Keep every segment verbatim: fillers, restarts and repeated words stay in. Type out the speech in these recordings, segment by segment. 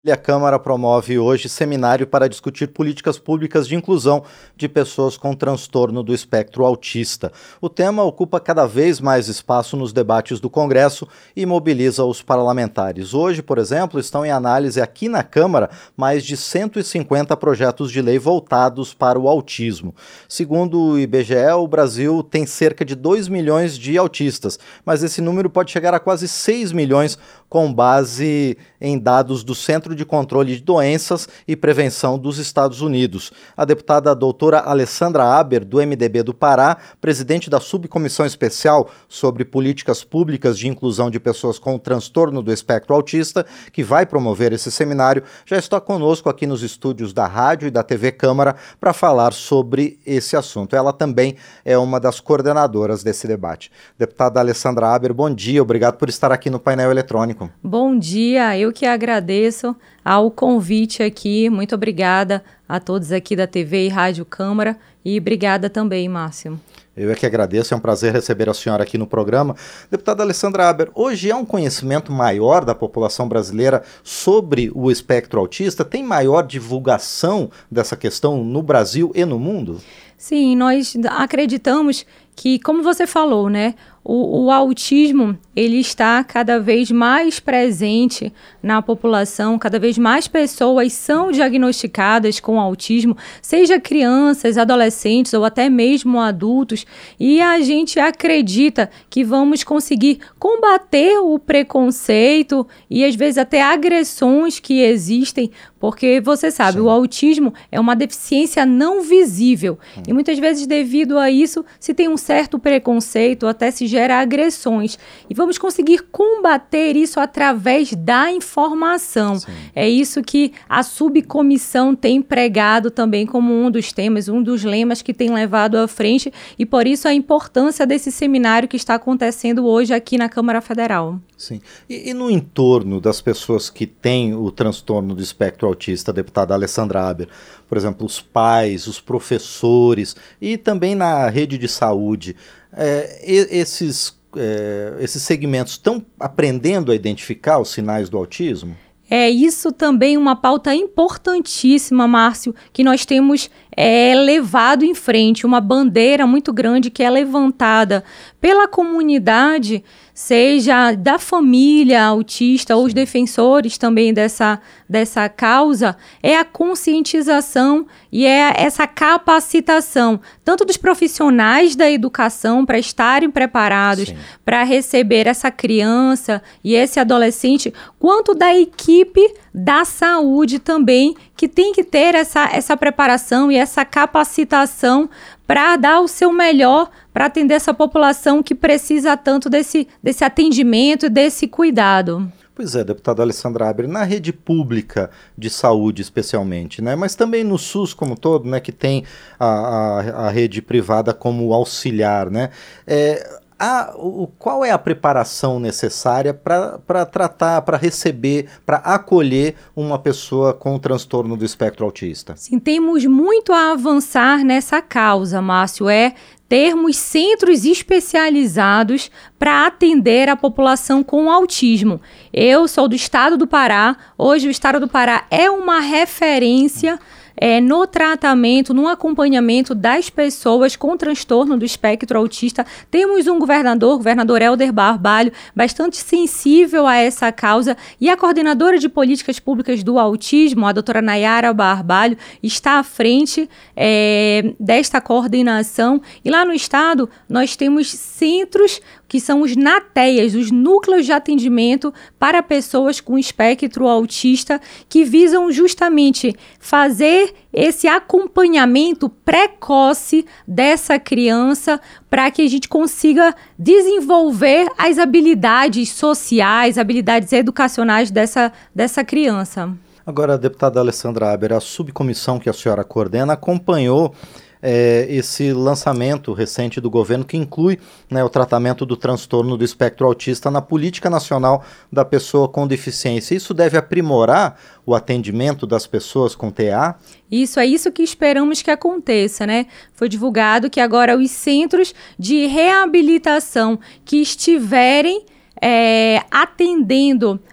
A Câmara promove hoje seminário para discutir políticas públicas de inclusão de pessoas com transtorno do espectro autista. O tema ocupa cada vez mais espaço nos debates do Congresso e mobiliza os parlamentares. Hoje, por exemplo, estão em análise aqui na Câmara mais de cento e cinquenta projetos de lei voltados para o autismo. Segundo o I B G E, o Brasil tem cerca de dois milhões de autistas, mas esse número pode chegar a quase seis milhões com base em dados do Centro de Controle de Doenças e Prevenção dos Estados Unidos. A deputada doutora Alessandra Aber, do M D B do Pará, presidente da Subcomissão Especial sobre Políticas Públicas de Inclusão de Pessoas com Transtorno do Espectro Autista, que vai promover esse seminário, já está conosco aqui nos estúdios da Rádio e da T V Câmara para falar sobre esse assunto. Ela também é uma das coordenadoras desse debate. Deputada Alessandra Aber, bom dia, obrigado por estar aqui no painel eletrônico. Bom dia, eu que agradeço ao convite aqui, muito obrigada a todos aqui da T V e Rádio Câmara e obrigada também, Márcio. Eu é que agradeço, é um prazer receber a senhora aqui no programa. Deputada Alessandra Aber, hoje há um conhecimento maior da população brasileira sobre o espectro autista? Tem maior divulgação dessa questão no Brasil e no mundo? Sim, nós acreditamos que, como você falou, né, o, o autismo ele está cada vez mais presente na população, cada vez mais pessoas são diagnosticadas com autismo, seja crianças, adolescentes ou até mesmo adultos, e a gente acredita que vamos conseguir combater o preconceito e às vezes até agressões que existem, porque você sabe, Sim. o autismo é uma deficiência não visível, hum. e muitas vezes devido a isso se tem um certo preconceito, até se gera agressões. E vamos conseguir combater isso através da informação. Sim. É isso que a subcomissão tem pregado também como um dos temas, um dos lemas que tem levado à frente, e por isso a importância desse seminário que está acontecendo hoje aqui na Câmara Federal. Sim. E, e no entorno das pessoas que têm o transtorno do espectro autista, deputada Alessandra Aber, por exemplo, os pais, os professores e também na rede de saúde, é, esses, é, esses segmentos estão aprendendo a identificar os sinais do autismo? É isso também uma pauta importantíssima, Márcio, que nós temos é, levado em frente, uma bandeira muito grande que é levantada pela comunidade, seja da família autista ou os defensores também dessa, dessa causa, é a conscientização e é essa capacitação, tanto dos profissionais da educação para estarem preparados para receber essa criança e esse adolescente, quanto da equipe da saúde também, que tem que ter essa, essa preparação e essa capacitação para dar o seu melhor para atender essa população que precisa tanto desse, desse atendimento e desse cuidado. Pois é, deputada Alessandra Aber, na rede pública de saúde especialmente, né, mas também no SUS como todo, né, que tem a, a, a rede privada como auxiliar, né, é, a, o, qual é a preparação necessária para tratar, para receber, para acolher uma pessoa com transtorno do espectro autista? Sim, temos muito a avançar nessa causa, Márcio, é termos centros especializados para atender a população com autismo. Eu sou do estado do Pará, hoje o estado do Pará é uma referência É, no tratamento, no acompanhamento das pessoas com transtorno do espectro autista. Temos um governador, o governador Helder Barbalho, bastante sensível a essa causa, e a coordenadora de políticas públicas do autismo, a doutora Nayara Barbalho, está à frente é, desta coordenação. E lá no estado, nós temos centros que são os NATEAs, os Núcleos de Atendimento para Pessoas com Espectro Autista, que visam justamente fazer esse acompanhamento precoce dessa criança para que a gente consiga desenvolver as habilidades sociais, habilidades educacionais dessa, dessa criança. Agora, deputada Alessandra Aber, a subcomissão que a senhora coordena acompanhou É, esse lançamento recente do governo que inclui, né, o tratamento do transtorno do espectro autista na Política Nacional da Pessoa com Deficiência. Isso deve aprimorar o atendimento das pessoas com T A? Isso, é isso que esperamos que aconteça, né? Foi divulgado que agora os centros de reabilitação que estiverem é, atendendo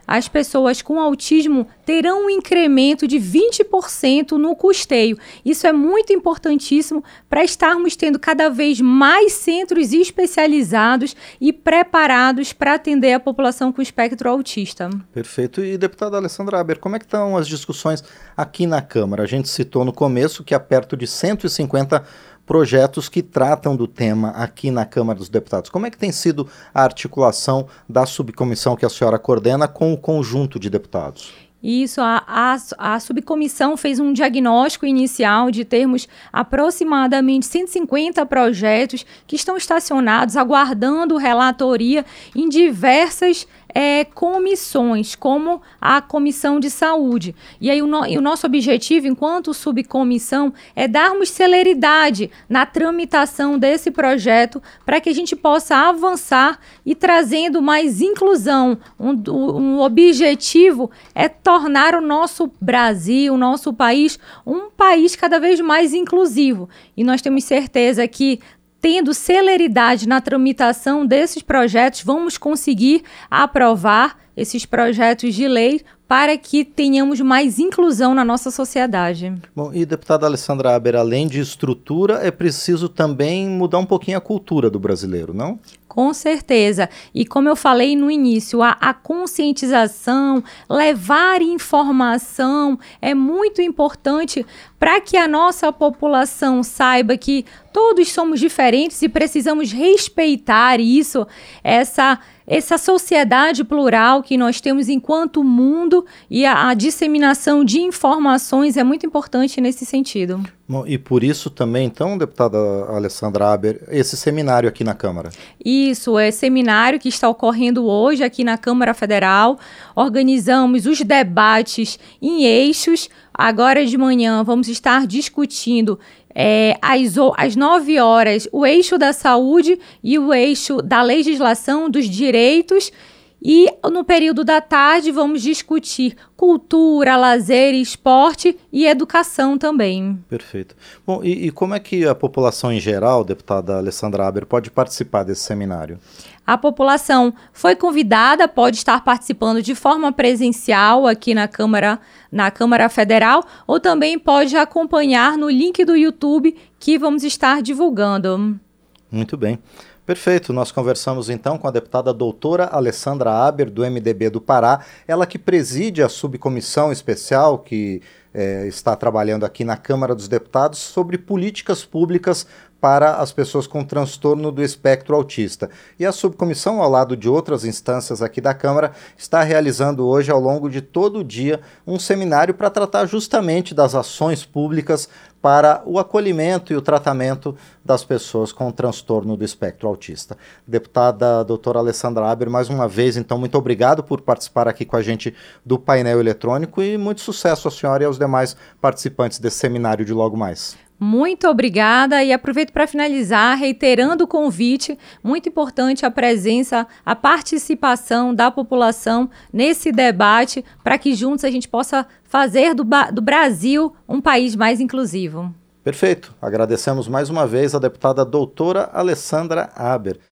as pessoas com autismo terão um incremento de vinte por cento no custeio. Isso é muito importantíssimo para estarmos tendo cada vez mais centros especializados e preparados para atender a população com espectro autista. Perfeito. E, deputada Alessandra Aber, como é que estão as discussões aqui na Câmara? A gente citou no começo que há perto de cento e cinquenta projetos que tratam do tema aqui na Câmara dos Deputados. Como é que tem sido a articulação da subcomissão que a senhora coordena com o conjunto de deputados? Isso, a, a, a subcomissão fez um diagnóstico inicial de termos aproximadamente cento e cinquenta projetos que estão estacionados, aguardando relatoria em diversas é, comissões, como a Comissão de Saúde. E aí o, no, e o nosso objetivo, enquanto subcomissão, é darmos celeridade na tramitação desse projeto para que a gente possa avançar e trazendo mais inclusão. Um, um objetivo é tornar o nosso Brasil, o nosso país, um país cada vez mais inclusivo. E nós temos certeza que, tendo celeridade na tramitação desses projetos, vamos conseguir aprovar esses projetos de lei para que tenhamos mais inclusão na nossa sociedade. Bom, e deputada Alessandra Aber, além de estrutura, é preciso também mudar um pouquinho a cultura do brasileiro, não? Com certeza. E como eu falei no início, a, a conscientização, levar informação é muito importante para que a nossa população saiba que todos somos diferentes e precisamos respeitar isso, essa essa sociedade plural que nós temos enquanto mundo, e a, a disseminação de informações é muito importante nesse sentido. Bom, e por isso também, então, deputada Alessandra Aber, esse seminário aqui na Câmara? Isso, é seminário que está ocorrendo hoje aqui na Câmara Federal. Organizamos os debates em eixos. Agora de manhã vamos estar discutindo É, às, às nove horas, o eixo da saúde e o eixo da legislação, dos direitos. E no período da tarde vamos discutir cultura, lazer, esporte e educação também. Perfeito. Bom, e, e como é que a população em geral, deputada Alessandra Aber, pode participar desse seminário? A população foi convidada, pode estar participando de forma presencial aqui na Câmara, na Câmara Federal, ou também pode acompanhar no link do YouTube que vamos estar divulgando. Muito bem. Perfeito, nós conversamos então com a deputada doutora Alessandra Aber, do M D B do Pará, ela que preside a subcomissão especial que é, está trabalhando aqui na Câmara dos Deputados sobre políticas públicas para as pessoas com transtorno do espectro autista. E a subcomissão, ao lado de outras instâncias aqui da Câmara, está realizando hoje, ao longo de todo o dia, um seminário para tratar justamente das ações públicas para o acolhimento e o tratamento das pessoas com transtorno do espectro autista. Deputada doutora Alessandra Aber, mais uma vez, então, muito obrigado por participar aqui com a gente do painel eletrônico e muito sucesso à senhora e aos demais participantes desse seminário de logo mais. Muito obrigada e aproveito para finalizar reiterando o convite, muito importante a presença, a participação da população nesse debate para que juntos a gente possa fazer do, do Brasil um país mais inclusivo. Perfeito. Agradecemos mais uma vez a deputada doutora Alessandra Aber.